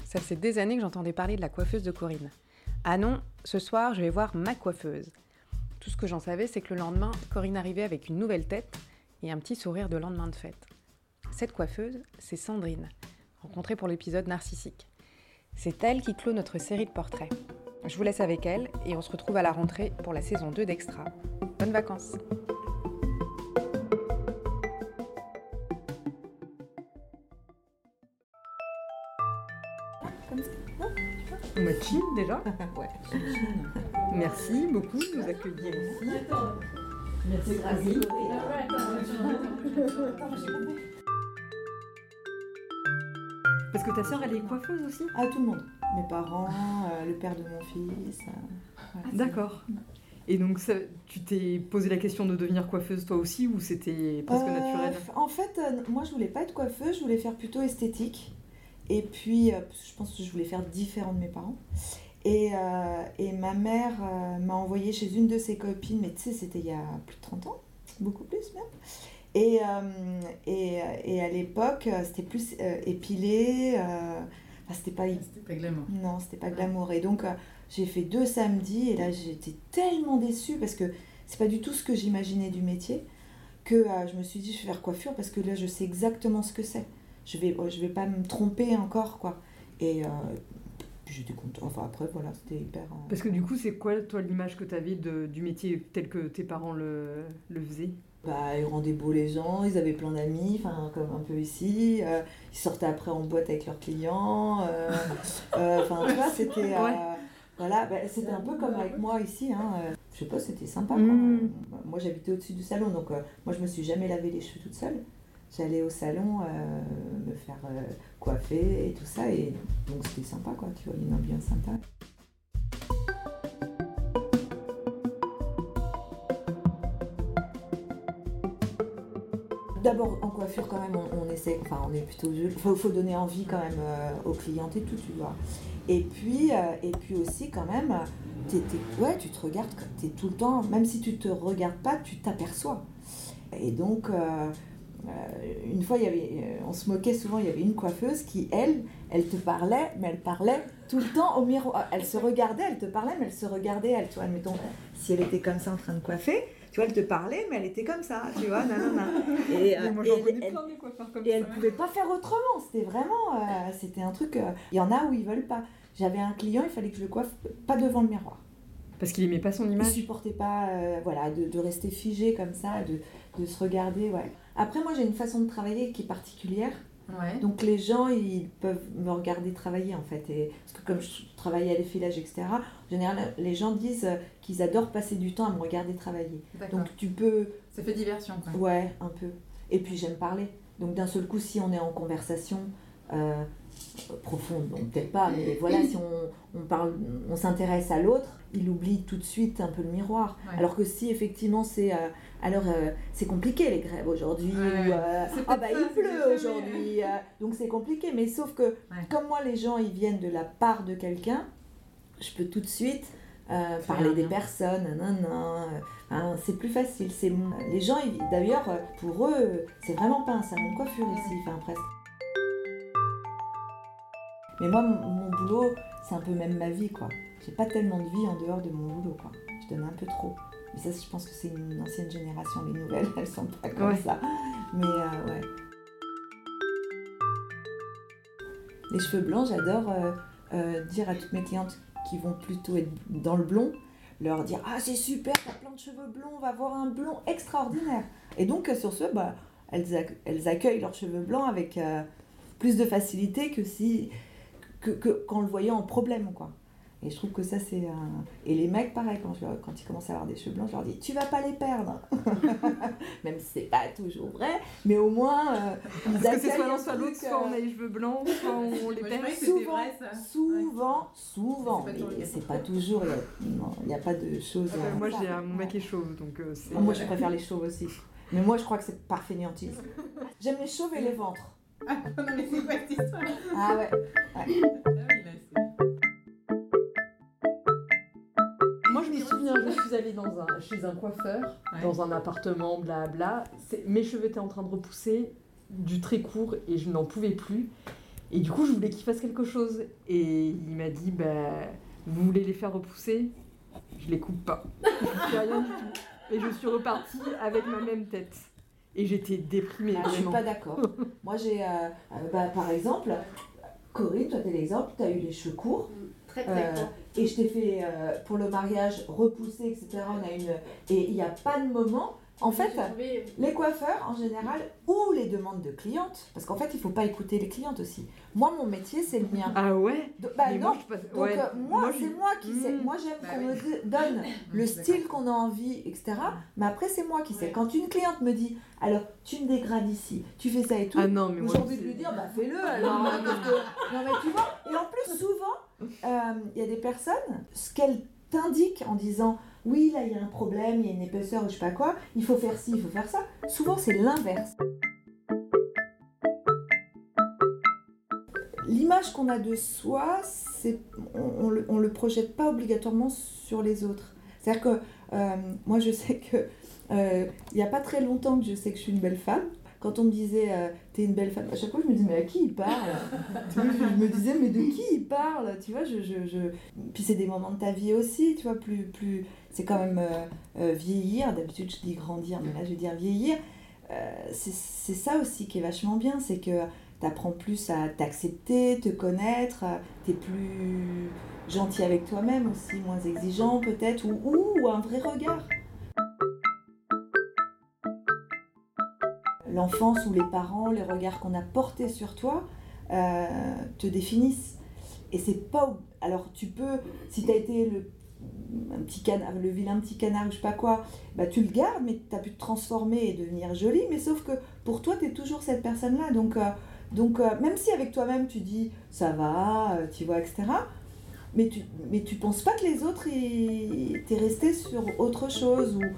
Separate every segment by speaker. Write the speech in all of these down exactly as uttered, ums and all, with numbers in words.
Speaker 1: Ça faisait des années que j'entendais parler de la coiffeuse de Corinne. Ah non, ce soir, je vais voir ma coiffeuse. Tout ce que j'en savais, c'est que le lendemain, Corinne arrivait avec une nouvelle tête et un petit sourire de lendemain de fête. Cette coiffeuse, c'est Sandrine, rencontrée pour l'épisode Narcissique. C'est elle qui clôt notre série de portraits. Je vous laisse avec elle et on se retrouve à la rentrée pour la saison deux d'Extra. Bonnes vacances!
Speaker 2: Comme ça. Non,
Speaker 1: On va chill déjà.
Speaker 2: ouais.
Speaker 1: Merci beaucoup de nous accueillir ici.
Speaker 2: Merci, Grazie.
Speaker 1: Parce que ta sœur, elle est coiffeuse aussi?
Speaker 2: Ah, tout le monde. Mes parents, euh, le père de mon fils. Euh, ouais,
Speaker 1: D'accord. Et donc, ça, tu t'es posé la question de devenir coiffeuse toi aussi ou c'était presque
Speaker 2: euh,
Speaker 1: naturel?
Speaker 2: En fait, euh, moi, je voulais pas être coiffeuse, je voulais faire plutôt esthétique. Et puis, euh, je pense que je voulais faire différent de mes parents. Et, euh, et ma mère euh, m'a envoyée chez une de ses copines, mais tu sais, c'était il y a plus de trente ans, beaucoup plus même. Et, euh, et, et à l'époque, c'était plus euh, épilé. Euh, enfin, c'était pas...
Speaker 3: C'était pas glamour.
Speaker 2: Non, c'était pas glamour. Et donc, euh, j'ai fait deux samedis et là, j'étais tellement déçue parce que c'est pas du tout ce que j'imaginais du métier que euh, je me suis dit, je vais faire coiffure parce que là, je sais exactement ce que c'est. Je vais, je vais pas me tromper encore, quoi. Et... Euh, j'étais contente. Enfin, après, voilà, c'était hyper... Euh...
Speaker 1: Parce que du coup, c'est quoi, toi, l'image que tu avais de, du métier tel que tes parents le, le faisaient?
Speaker 2: Bah, ils rendaient beaux les gens, ils avaient plein d'amis, enfin, comme un peu ici. Euh, ils sortaient après en boîte avec leurs clients. Enfin, euh, euh, tu vois, c'était... Euh, ouais. Voilà, bah, c'était un peu comme avec moi ici. Hein, euh, je sais pas, c'était sympa, quoi. Mmh. Moi, j'habitais au-dessus du salon, donc euh, moi, je me suis jamais lavé les cheveux toute seule. J'allais au salon euh, me faire euh, coiffer et tout ça, et donc c'était sympa, quoi, tu vois, une ambiance sympa. D'abord, en coiffure, quand même, on, on essaie, enfin, on est plutôt vieux, il faut, faut donner envie quand même euh, aux clientes et tout, tu vois. Et puis, euh, et puis aussi, quand même, t'es, t'es, ouais, tu te regardes, t'es tout le temps, même si tu te regardes pas, tu t'aperçois. Et donc... Euh, Euh, une fois, il y avait, euh, on se moquait souvent, il y avait une coiffeuse qui, elle, elle te parlait, mais elle parlait tout le temps au miroir. Elle se regardait, elle te parlait, mais elle se regardait, elle, tu vois, admettons, si elle était comme ça en train de coiffer, tu vois, elle te parlait, mais elle était comme ça, tu vois, nanana. Et, euh,
Speaker 1: moi, j'en
Speaker 2: et,
Speaker 1: connais
Speaker 2: elle,
Speaker 1: plein des coiffeurs comme
Speaker 2: et
Speaker 1: ça.
Speaker 2: elle pouvait pas faire autrement, c'était vraiment, euh, c'était un truc, euh, il y en a où ils veulent pas. J'avais un client, il fallait que je le coiffe pas devant le miroir.
Speaker 1: Parce qu'il aimait pas son image.
Speaker 2: Il supportait pas, euh, voilà, de, de rester figé comme ça, de, de se regarder, ouais. Après, moi, j'ai une façon de travailler qui est particulière.
Speaker 3: Ouais.
Speaker 2: Donc, les gens, ils peuvent me regarder travailler, en fait. Et, parce que comme je travaille à l'effilage, et cetera, en général, les gens disent qu'ils adorent passer du temps à me regarder travailler.
Speaker 3: D'accord.
Speaker 2: Donc, tu peux...
Speaker 3: Ça fait diversion, quoi.
Speaker 2: Ouais, un peu. Et puis, j'aime parler. Donc, d'un seul coup, si on est en conversation... Euh, profonde, bon, peut-être pas, mais voilà, si on, on, parle, on s'intéresse à l'autre, il oublie tout de suite un peu le miroir. Ouais. Alors que si effectivement c'est, euh, alors euh, c'est compliqué les grèves aujourd'hui,
Speaker 3: ouais.
Speaker 2: euh, ah bah ça, il pleut aujourd'hui, euh, donc c'est compliqué. Mais sauf que ouais. Comme moi les gens ils viennent de la part de quelqu'un, je peux tout de suite euh, parler des personnes, nan, nan, hein, c'est plus facile. C'est les gens, ils, d'ailleurs, pour eux, c'est vraiment pas un salon de coiffure ici, enfin presque. Mais moi, mon, mon boulot, c'est un peu même ma vie, quoi. J'ai pas tellement de vie en dehors de mon boulot, quoi. Je donne un peu trop. Mais ça, je pense que c'est une ancienne génération. Les nouvelles, elles sont pas comme ouais. ça. Mais euh, ouais. Les cheveux blancs, j'adore euh, euh, dire à toutes mes clientes qui vont plutôt être dans le blond, leur dire « Ah, c'est super, t'as plein de cheveux blonds, on va avoir un blond extraordinaire !» Et donc, sur ce, bah, elles, ac- elles accueillent leurs cheveux blancs avec euh, plus de facilité que si... Que, que, qu'en le voyant en problème, quoi. Et je trouve que ça, c'est... Un... Et les mecs, pareil, quand, je, quand ils commencent à avoir des cheveux blancs, je leur dis « Tu vas pas les perdre !» Même si c'est pas toujours vrai, mais au moins... Euh,
Speaker 1: Parce que c'est soit l'un, soit l'autre, soit euh... on a les cheveux blancs, soit on les perd.
Speaker 2: Souvent,
Speaker 3: vrai, ça.
Speaker 2: souvent, ouais. souvent,
Speaker 3: mais
Speaker 2: mais c'est pas toujours... Il n'y a, a pas de choses...
Speaker 1: Euh, moi, j'ai un, mon mec est chauve, donc euh, c'est...
Speaker 2: Ah, moi, je préfère les chauves aussi. Mais moi, je crois que c'est par fainéantise. J'aime les chauves et les ventres.
Speaker 3: Ah non, mais c'est quoi cette histoire?
Speaker 2: Ah ouais, ouais.
Speaker 3: Ah oui, là, c'est...
Speaker 1: Moi, je me souviens, je suis allée dans un, chez un coiffeur, ouais. dans un appartement, blabla. C'est, mes cheveux étaient en train de repousser du très court et je n'en pouvais plus.
Speaker 4: Et du coup, je voulais qu'il fasse quelque chose. Et il m'a dit, bah, vous voulez les faire repousser ? Je les coupe pas. Je fais rien du tout. Et je suis repartie avec ma même tête. Et j'étais déprimée,
Speaker 2: Ah, je suis
Speaker 4: vraiment.
Speaker 2: pas d'accord. Moi, j'ai, euh, euh, bah, par exemple, Corinne, toi, t'es l'exemple, t'as eu les cheveux courts.
Speaker 5: Très très
Speaker 2: Euh,
Speaker 5: court.
Speaker 2: et je t'ai fait, euh, pour le mariage, repousser, et cetera. On a une... Et il n'y a pas de moment... En fait,
Speaker 5: J'ai trouvé-
Speaker 2: les coiffeurs, en général, ou les demandes de clientes, parce qu'en fait, il ne faut pas écouter les clientes aussi. Moi, mon métier, c'est le mien.
Speaker 4: Ah ouais ?
Speaker 2: Donc, bah
Speaker 4: Mais
Speaker 2: non,
Speaker 4: moi, je passe-
Speaker 2: donc
Speaker 4: ouais.
Speaker 2: euh, moi,
Speaker 4: Moi,
Speaker 2: c'est
Speaker 4: je-
Speaker 2: moi qui sais.
Speaker 4: Mmh.
Speaker 2: Moi, j'aime
Speaker 3: Bah
Speaker 2: qu'on
Speaker 3: oui.
Speaker 2: me di- donne le
Speaker 3: je suis
Speaker 2: style qu'on a envie, et cetera. Mais après, c'est moi qui sais.
Speaker 5: Ouais.
Speaker 2: Quand une cliente me dit, alors, tu me dégrades ici, tu fais ça et tout,
Speaker 4: Ah non, mais moi,
Speaker 2: j'ai envie
Speaker 4: c'est-
Speaker 2: de lui dire, bah fais-le alors. hein, parce que- Non, mais tu vois, et en plus, souvent, euh, il y a des personnes, ce qu'elles t'indiquent en disant, oui, là, il y a un problème, il y a une épaisseur, ou je sais pas quoi, il faut faire ci, il faut faire ça. Souvent, c'est l'inverse. L'image qu'on a de soi, c'est, on, on, le, on le projette pas obligatoirement sur les autres. C'est-à-dire que euh, moi, je sais que euh, il y a pas très longtemps que je sais que je suis une belle femme. Quand on me disait euh, t'es une belle femme, à chaque fois je me disais mais à qui il parle Tu vois, je me disais mais de qui il parle Tu vois, je, je, je... Puis c'est des moments de ta vie aussi, tu vois, plus, plus... c'est quand même euh, euh, vieillir. D'habitude je dis grandir, mais là je vais dire vieillir. Euh, c'est, c'est ça aussi qui est vachement bien, c'est que t'apprends plus à t'accepter, te connaître, t'es plus gentil avec toi-même aussi, moins exigeant peut-être, ou, ou un vrai regard. L'enfance ou les parents, les regards qu'on a portés sur toi euh, te définissent. Et c'est pas... Alors tu peux, si t'as été le, un petit canard, le vilain petit canard ou je sais pas quoi, bah tu le gardes, mais t'as pu te transformer et devenir jolie, mais sauf que pour toi t'es toujours cette personne-là. Donc, euh, donc euh, même si avec toi-même tu dis ça va, euh, tu vois, et cetera, mais tu, mais tu penses pas que les autres, ils, t'es resté sur autre chose ou...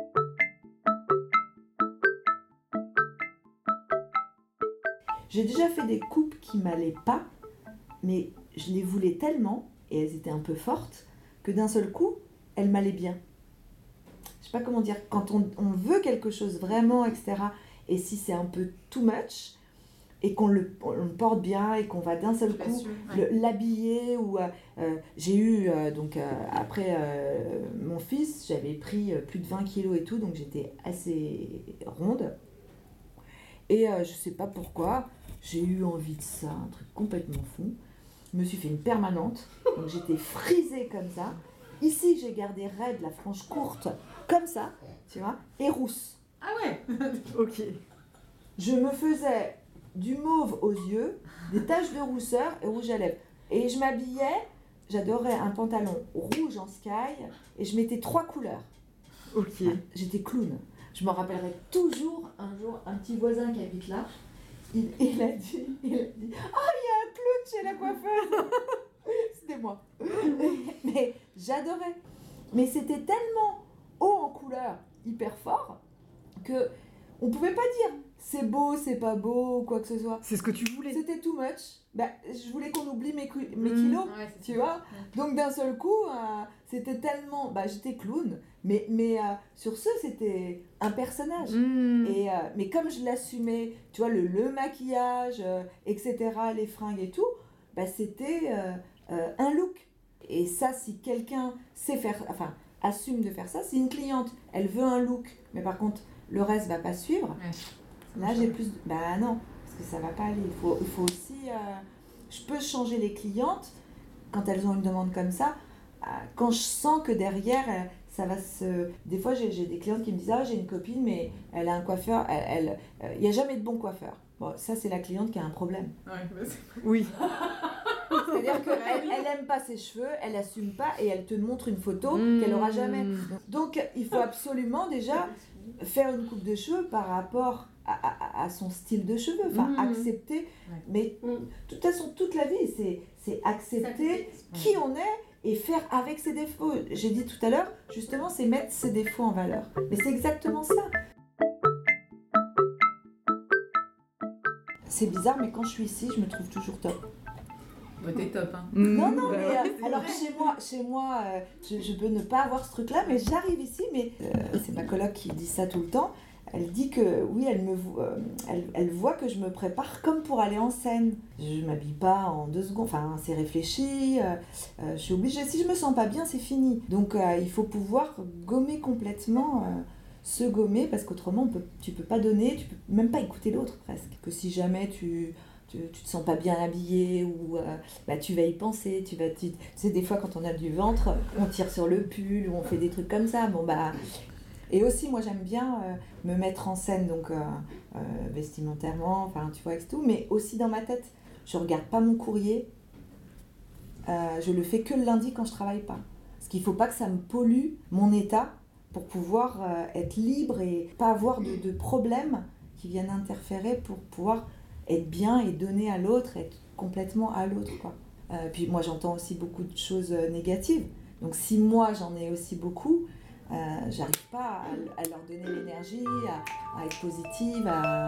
Speaker 2: J'ai déjà fait des coupes qui m'allaient pas, mais je les voulais tellement, et elles étaient un peu fortes, que d'un seul coup, elles m'allaient bien. Je sais pas comment dire, quand on, on veut quelque chose vraiment, et cetera, et si c'est un peu too much, et qu'on le, on le porte bien, et qu'on va d'un seul coup le, l'habiller, ou euh, euh, j'ai eu, euh, donc euh, après euh, mon fils, j'avais pris euh, plus de vingt kilos et tout, donc j'étais assez ronde, et euh, je sais pas pourquoi, j'ai eu envie de ça, un truc complètement fou. Je me suis fait une permanente, donc j'étais frisée comme ça. Ici, j'ai gardé raide, la frange courte, comme ça, tu vois, et rousse.
Speaker 3: Ah ouais.
Speaker 4: Ok.
Speaker 2: Je me faisais du mauve aux yeux, des taches de rousseur et rouge à lèvres. Et je m'habillais, j'adorais un pantalon rouge en sky, et je mettais trois couleurs.
Speaker 4: Ok.
Speaker 2: J'étais clown. Je me rappellerai toujours un jour, un petit voisin qui habite là, il, il a dit, il a dit, oh, il y a un clown chez la coiffeuse. C'était moi. Mais j'adorais. Mais c'était tellement haut en couleur, hyper fort, que on pouvait pas dire c'est beau, c'est pas beau, ou quoi que ce soit.
Speaker 4: C'est ce que tu voulais.
Speaker 2: C'était too much. Bah, je voulais qu'on oublie mes, cou- mes
Speaker 4: Mmh.
Speaker 2: kilos.
Speaker 3: Ouais, c'est
Speaker 2: Tu
Speaker 3: ça.
Speaker 2: vois, donc d'un seul coup, euh, c'était tellement... Bah, j'étais clown, mais, mais euh, sur ce, c'était un personnage.
Speaker 4: Mmh.
Speaker 2: Et, euh, mais comme je l'assumais, tu vois, le, le maquillage, euh, et cetera, les fringues et tout, bah, c'était euh, euh, un look. Et ça, si quelqu'un sait faire... Enfin, assume de faire ça, si une cliente, elle veut un look, mais par contre, le reste va pas suivre,
Speaker 3: Ouais.
Speaker 2: là, j'ai plus... de- Bah non, parce que ça va pas aller. Il faut, il faut aussi... euh, Je peux changer les clientes quand elles ont une demande comme ça, euh, quand je sens que derrière, euh, ça va se... Des fois, j'ai, j'ai des clientes qui me disent « Ah, j'ai une copine, mais elle a un coiffeur, elle, elle, euh, il n'y a jamais de bon coiffeur. » Bon, ça, c'est la cliente qui a un problème.
Speaker 3: Ouais, bah, c'est-
Speaker 4: Oui.
Speaker 2: C'est-à-dire qu'elle
Speaker 3: Ah oui.
Speaker 2: elle aime pas ses cheveux, elle assume pas et elle te montre une photo
Speaker 4: Mmh.
Speaker 2: qu'elle aura jamais. Donc, il faut absolument déjà faire une coupe de cheveux par rapport à, à- à son style de cheveux, enfin
Speaker 4: Mmh.
Speaker 2: accepter,
Speaker 3: Ouais.
Speaker 2: mais
Speaker 5: Mmh.
Speaker 2: de toute façon toute la vie c'est, c'est accepter qui on est et faire avec ses défauts. J'ai dit tout à l'heure, justement, c'est mettre ses défauts en valeur, mais c'est exactement ça. C'est bizarre, mais quand je suis ici, je me trouve toujours top.
Speaker 3: Bah, t'es top, hein.
Speaker 2: Non, non,
Speaker 4: Bah
Speaker 2: mais
Speaker 4: ouais.
Speaker 2: euh, alors chez moi, chez moi euh, je, je peux ne pas avoir ce truc-là, mais j'arrive ici, mais euh, c'est ma coloc qui dit ça tout le temps. Elle dit que oui, elle, me, euh, elle, elle voit que je me prépare comme pour aller en scène. Je ne m'habille pas en deux secondes, enfin c'est réfléchi, euh, euh, je suis obligée, si je me sens pas bien, c'est fini. Donc euh, il faut pouvoir gommer complètement, euh, se gommer, parce qu'autrement on peut, tu peux pas donner, tu peux même pas écouter l'autre presque. Que si jamais tu... Tu, tu te sens pas bien habillé ou euh, bah, tu vas y penser, tu vas tu, tu sais des fois quand on a du ventre, on tire sur le pull ou on fait des trucs comme ça. Bon bah et aussi moi j'aime bien euh, me mettre en scène donc euh, euh, vestimentairement, enfin tu vois avec tout, mais aussi dans ma tête. Je regarde pas mon courrier, euh, je le fais que le lundi quand je travaille pas. Parce qu'il faut pas que ça me pollue mon état pour pouvoir euh, être libre et pas avoir de, de problèmes qui viennent interférer pour pouvoir être bien et donner à l'autre, être complètement à l'autre, quoi. Euh, puis moi j'entends aussi beaucoup de choses négatives, donc si moi j'en ai aussi beaucoup, euh, j'arrive pas à, à leur donner l'énergie, à, à être positive, à...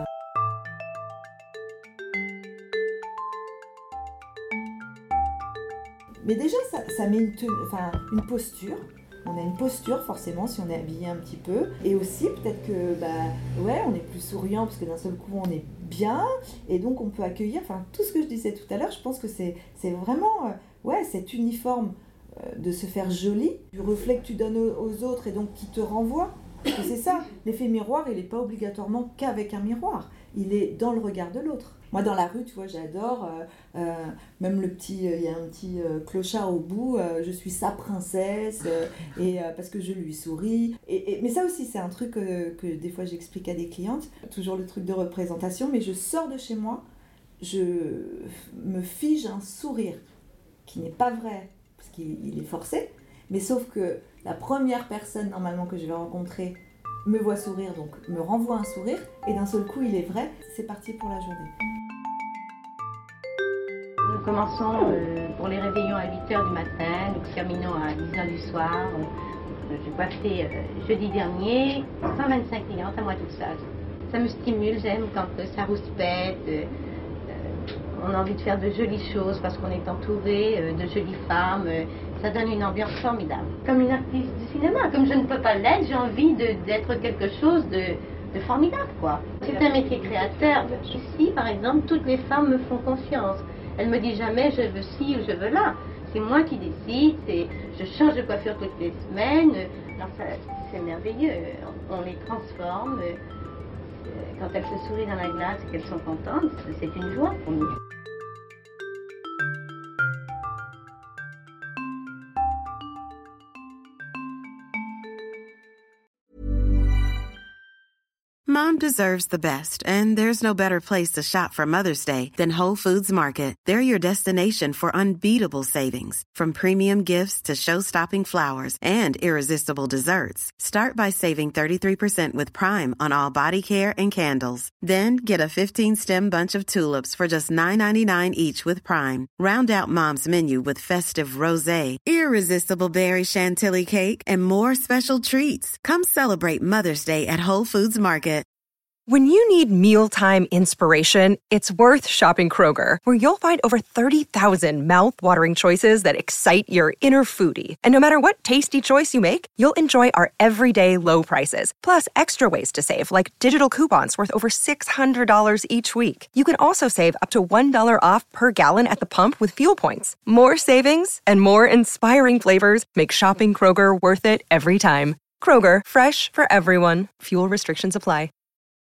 Speaker 2: Mais déjà ça, ça met une, ten... enfin, une posture. On a une posture forcément si on est habillé un petit peu. Et aussi peut-être que bah ouais, on est plus souriant parce que d'un seul coup on est bien et donc on peut accueillir. Enfin tout ce que je disais tout à l'heure, je pense que c'est c'est vraiment euh, ouais cet uniforme euh, de se faire joli, du reflet que tu donnes aux, aux autres et donc qui te renvoie. Parce que c'est ça, l'effet miroir, il n'est pas obligatoirement qu'avec un miroir. Il est dans le regard de l'autre. Moi, dans la rue, tu vois, j'adore. Euh, euh, même le petit, il euh, y a un petit euh, clochard au bout. Euh, je suis sa princesse euh, et euh, parce que je lui souris. Et, et, mais ça aussi, c'est un truc euh, que des fois j'explique à des clientes. Toujours le truc de représentation. Mais je sors de chez moi, je me fige un sourire qui n'est pas vrai parce qu'il il est forcé. Mais sauf que la première personne normalement que je vais rencontrer me voit sourire, donc me renvoie un sourire, et d'un seul coup il est vrai, c'est parti pour la journée.
Speaker 5: Nous commençons euh, pour les réveillons à huit heures du matin, nous terminons à dix heures du soir. Euh, j'ai coiffé euh, jeudi dernier, cent vingt-cinq clientes à moi toute seule. Ça me stimule, j'aime quand euh, ça rouspète, euh, euh, on a envie de faire de jolies choses parce qu'on est entouré euh, de jolies femmes. Euh, Ça donne une ambiance formidable. Comme une artiste du cinéma, comme je ne peux pas l'être, j'ai envie de, d'être quelque chose de, de formidable, quoi. C'est un métier créateur. Ici, par exemple, toutes les femmes me font confiance. Elles me disent jamais je veux ci ou je veux là. C'est moi qui décide, c'est, je change de coiffure toutes les semaines. Alors ça, c'est merveilleux. On les transforme. Quand elles se sourient dans la glace et qu'elles sont contentes, c'est une joie pour nous.
Speaker 6: Mom deserves the best, and there's no better place to shop for Mother's Day than Whole Foods Market. They're your destination for unbeatable savings, from premium gifts to show-stopping flowers and irresistible desserts. Start by saving thirty-three percent with Prime on all body care and candles. Then get a fifteen-stem bunch of tulips for just nine ninety-nine each with Prime. Round out Mom's menu with festive rosé, irresistible berry chantilly cake, and more special treats. Come celebrate Mother's Day at Whole Foods Market.
Speaker 7: When you need mealtime inspiration, it's worth shopping Kroger, where you'll find over thirty thousand mouth-watering choices that excite your inner foodie. And no matter what tasty choice you make, you'll enjoy our everyday low prices, plus extra ways to save, like digital coupons worth over six hundred dollars each week. You can also save up to one dollar off per gallon at the pump with fuel points. More savings and more inspiring flavors make shopping Kroger worth it every time. Kroger, fresh for everyone. Fuel restrictions apply.